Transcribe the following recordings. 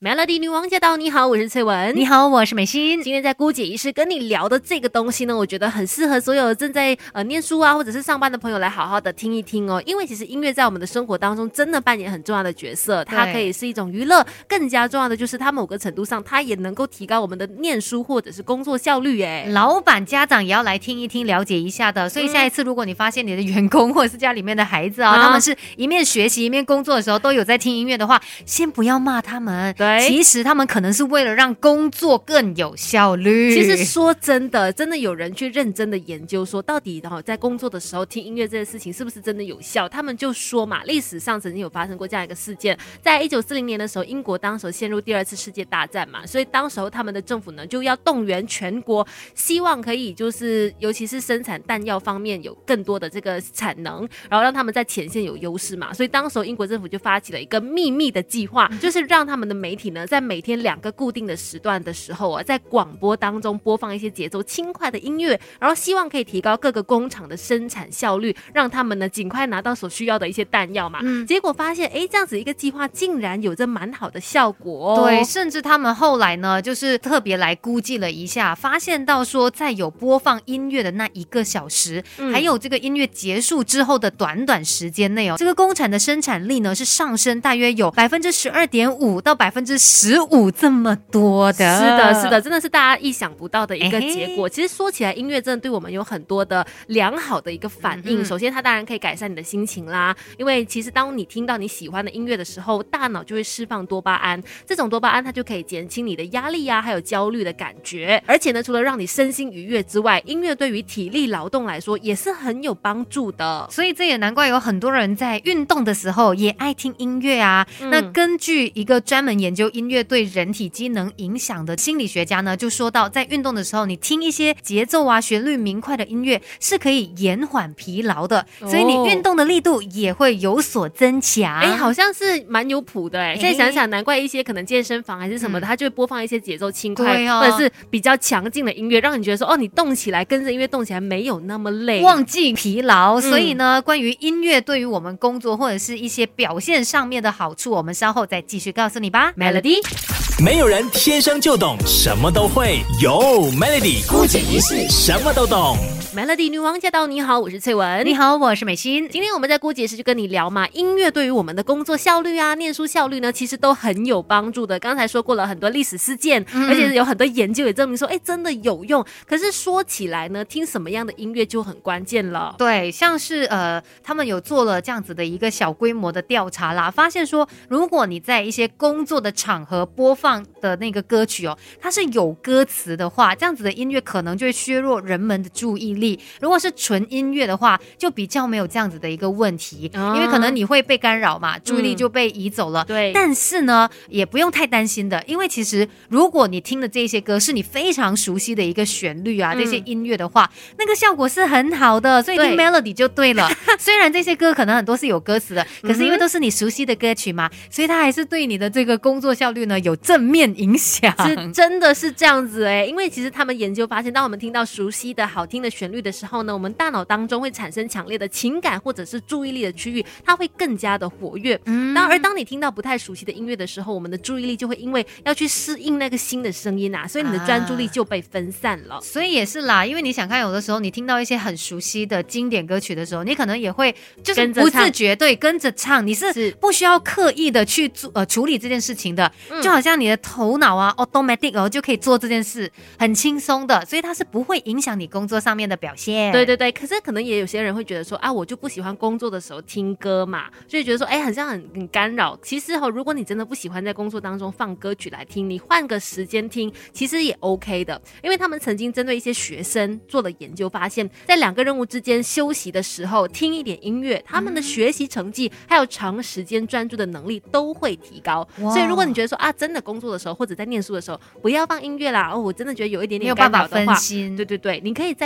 Melody 女王驾到！你好，我是翠文。 你好，我是美心。 今天在姑姐仪式跟你聊的这个东西呢，我觉得很适合所有正在念书啊，或者是上班的朋友来好好的听一听哦。因为其实音乐在我们的生活当中真的扮演很重要的角色，它可以是一种娱乐，更加重要的就是它某个程度上，它也能够提高我们的念书或者是工作效率耶。 老板、家长也要来听一听，了解一下的。所以下一次如果你发现你的员工或者是家里面的孩子啊，他们是一面学习一面工作的时候都有在听音乐的话，先不要骂他们。 对， 其实他们可能是为了让工作更有效率。 其实说真的有人去认真的研究说，到底在工作的时候听音乐这件事情是不是真的有效？他们就说嘛，历史上曾经有发生过这样一个事件，在1940年的时候，英国当时陷入第二次世界大战嘛，所以当时候他们的政府呢就要动员全国，希望可以就是尤其是生产弹药方面有更多的这个产能，然后让他们在前线有优势嘛。所以当时候英国政府就发起了一个秘密的计划，就是让他们的媒体呢在每天2个固定的时段的时候啊，在广播当中播放一些节奏轻快的音乐，然后希望可以提高各个工厂的生产效率，让他们呢尽快拿到所需要的一些弹药嘛。结果发现这样子一个计划竟然有着蛮好的效果哦。 对，甚至他们后来呢就是特别来估计了一下，发现到说在有播放音乐的那1个小时，还有这个音乐结束之后的短短时间内这个工厂的生产力呢是上升大约有 12.5% 到 15% 这么多的。 是的，真的是大家意想不到的一个结果。其实说起来，音乐真的对我们有很多的良好的一个反应。首先它当然可以改善你的心情啦，因为其实当你听到你喜欢的音乐的时候，大脑就会释放多巴胺，这种多巴胺它就可以减轻你的压力啊，还有焦虑的感觉。而且呢，除了让你身心愉悦之外，音乐对于体力劳动来说也是很有帮助的。 所以这也难怪有很多人在运动的时候也爱听音乐啊。那根据一个专门研究音乐对人体机能影响的心理学家呢，就说到在运动的时候，你听一些节奏啊、旋律明快的音乐是可以延缓疲劳的，所以你运动的力度也会有所增强。 好像是蛮有谱的现在想想，难怪一些可能健身房还是什么的，他就会播放一些节奏轻快，或者是比较强劲的音乐，让你觉得说你动起来，跟着音乐动起来没有那么累， 忘记疲劳。所以呢，关于音乐对于我们工作或者是一些表现上面的好处，我们稍后再继续告诉你吧。 Melody 没有人天生就懂什么都会，有 Melody 姑姐仪式什么都懂。 Melody 女王驾到！你好，我是翠文。 你好，我是美心。 今天我们在姑姐时就跟你聊嘛，音乐对于我们的工作效率啊、念书效率呢，其实都很有帮助的。刚才说过了很多历史事件，而且有很多研究也证明说，真的有用。可是说起来呢，听什么样的音乐就很关键了。 对，像是他们有做了这样子的一个小规模的调查啦，发现说，如果你在一些工作的场合播放的那个歌曲它是有歌词的话，这样子的音乐可能就会削弱人们的注意力。如果是纯音乐的话，就比较没有这样子的一个问题，因为可能你会被干扰嘛，注意力就被移走了。 对， 但是呢，也不用太担心的，因为其实如果你听的这些歌是你非常熟悉的一个旋律啊，这些音乐的话，那个效果是很好的，所以听 melody 就对了。虽然这些歌可能很多是有歌词的，可是因为都是你熟悉的歌曲嘛，所以它还是对你的这个工作效率呢有正面影响。 真的是这样子因为其实他们研究发现，当我们听到熟悉的好听的旋律的时候呢，我们大脑当中会产生强烈的情感或者是注意力的区域，它会更加的活跃。而当你听到不太熟悉的音乐的时候，我们的注意力就会因为要去适应那个新的声音所以你的专注力就被分散了。 所以也是啦，因为你想看，有的时候你听到一些很熟悉的经典歌曲的时候，你可能也会就是不自觉对跟着唱，你是不需要刻意的去处理这件事情的，就好像你的头脑automatic 就可以做这件事，很轻松的，所以它是不会影响你工作上面的表现。 对，可是可能也有些人会觉得说我就不喜欢工作的时候听歌嘛，所以觉得说很像很干扰。其实如果你真的不喜欢在工作当中放歌曲来听，你换个时间听其实也 OK 的。因为他们曾经针对一些学生做了研究，发现在2个任务之间休息的时候听一点音乐，他们的学习成绩还有长时间专注的能力都会提高。所以如果你觉得说真的工作的时候或者在念书的时候不要放音乐啦，我真的觉得有一点点干扰的话， 没有办法分心。 对，你可以在你休息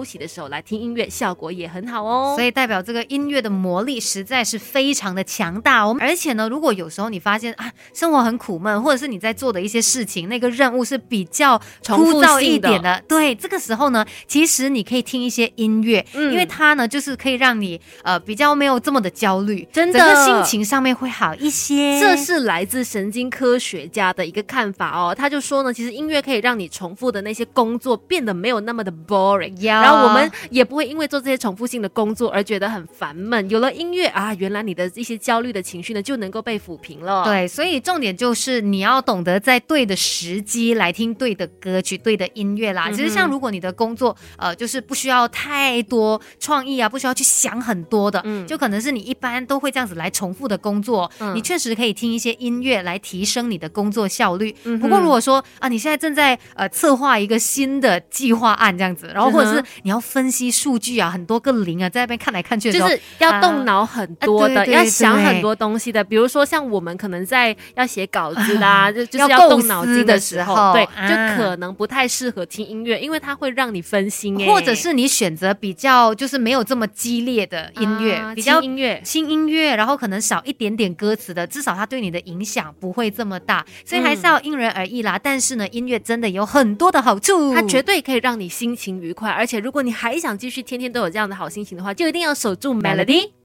息的时候来听音乐，效果也很好哦。 所以代表这个音乐的魔力实在是非常的强大哦。而且呢，如果有时候你发现啊，生活很苦闷，或者是你在做的一些事情，那个任务是比较枯燥一点的，对，这个时候呢，其实你可以听一些音乐，因为它呢就是可以让你比较没有这么的焦虑， 真的整个心情上面会好一些。 这是来自神经科学家的一个看法哦，他就说呢，其实音乐可以让你重复的那些工作变得没有那么的 boring， 然后我们也不会因为做这些重复性的工作而觉得很烦闷。有了音乐啊，原来你的一些焦虑的情绪呢就能够被抚平了。 对，所以重点就是你要懂得在对的时机来听对的歌曲、对的音乐啦。其实像如果你的工作就是不需要太多创意啊，不需要去想很多的，就可能是你一般都会这样子来重复的工作，你确实可以听一些音乐来提升你的工作效率。不过如果说啊，你现在正在策划一个新的计划案这样子，然后或者是你要分析数据啊，很多个零啊，在那边看来看去的时候， 就是要动脑很多的， 对要想很多东西的。比如说像我们可能在要写稿子啦，就是要动脑筋的时候，对，就可能不太适合听音乐，因为它会让你分心或者是你选择比较就是没有这么激烈的音乐，比较轻音乐，然后可能少一点点歌词的，至少它对你的影响不会这么大，所以还是要因人而异啦。但是呢，音乐真的有很多的好处， 它绝对可以让你心情愉快，而且如果你还想继续天天都有这样的好心情的话，就一定要守住 Melody。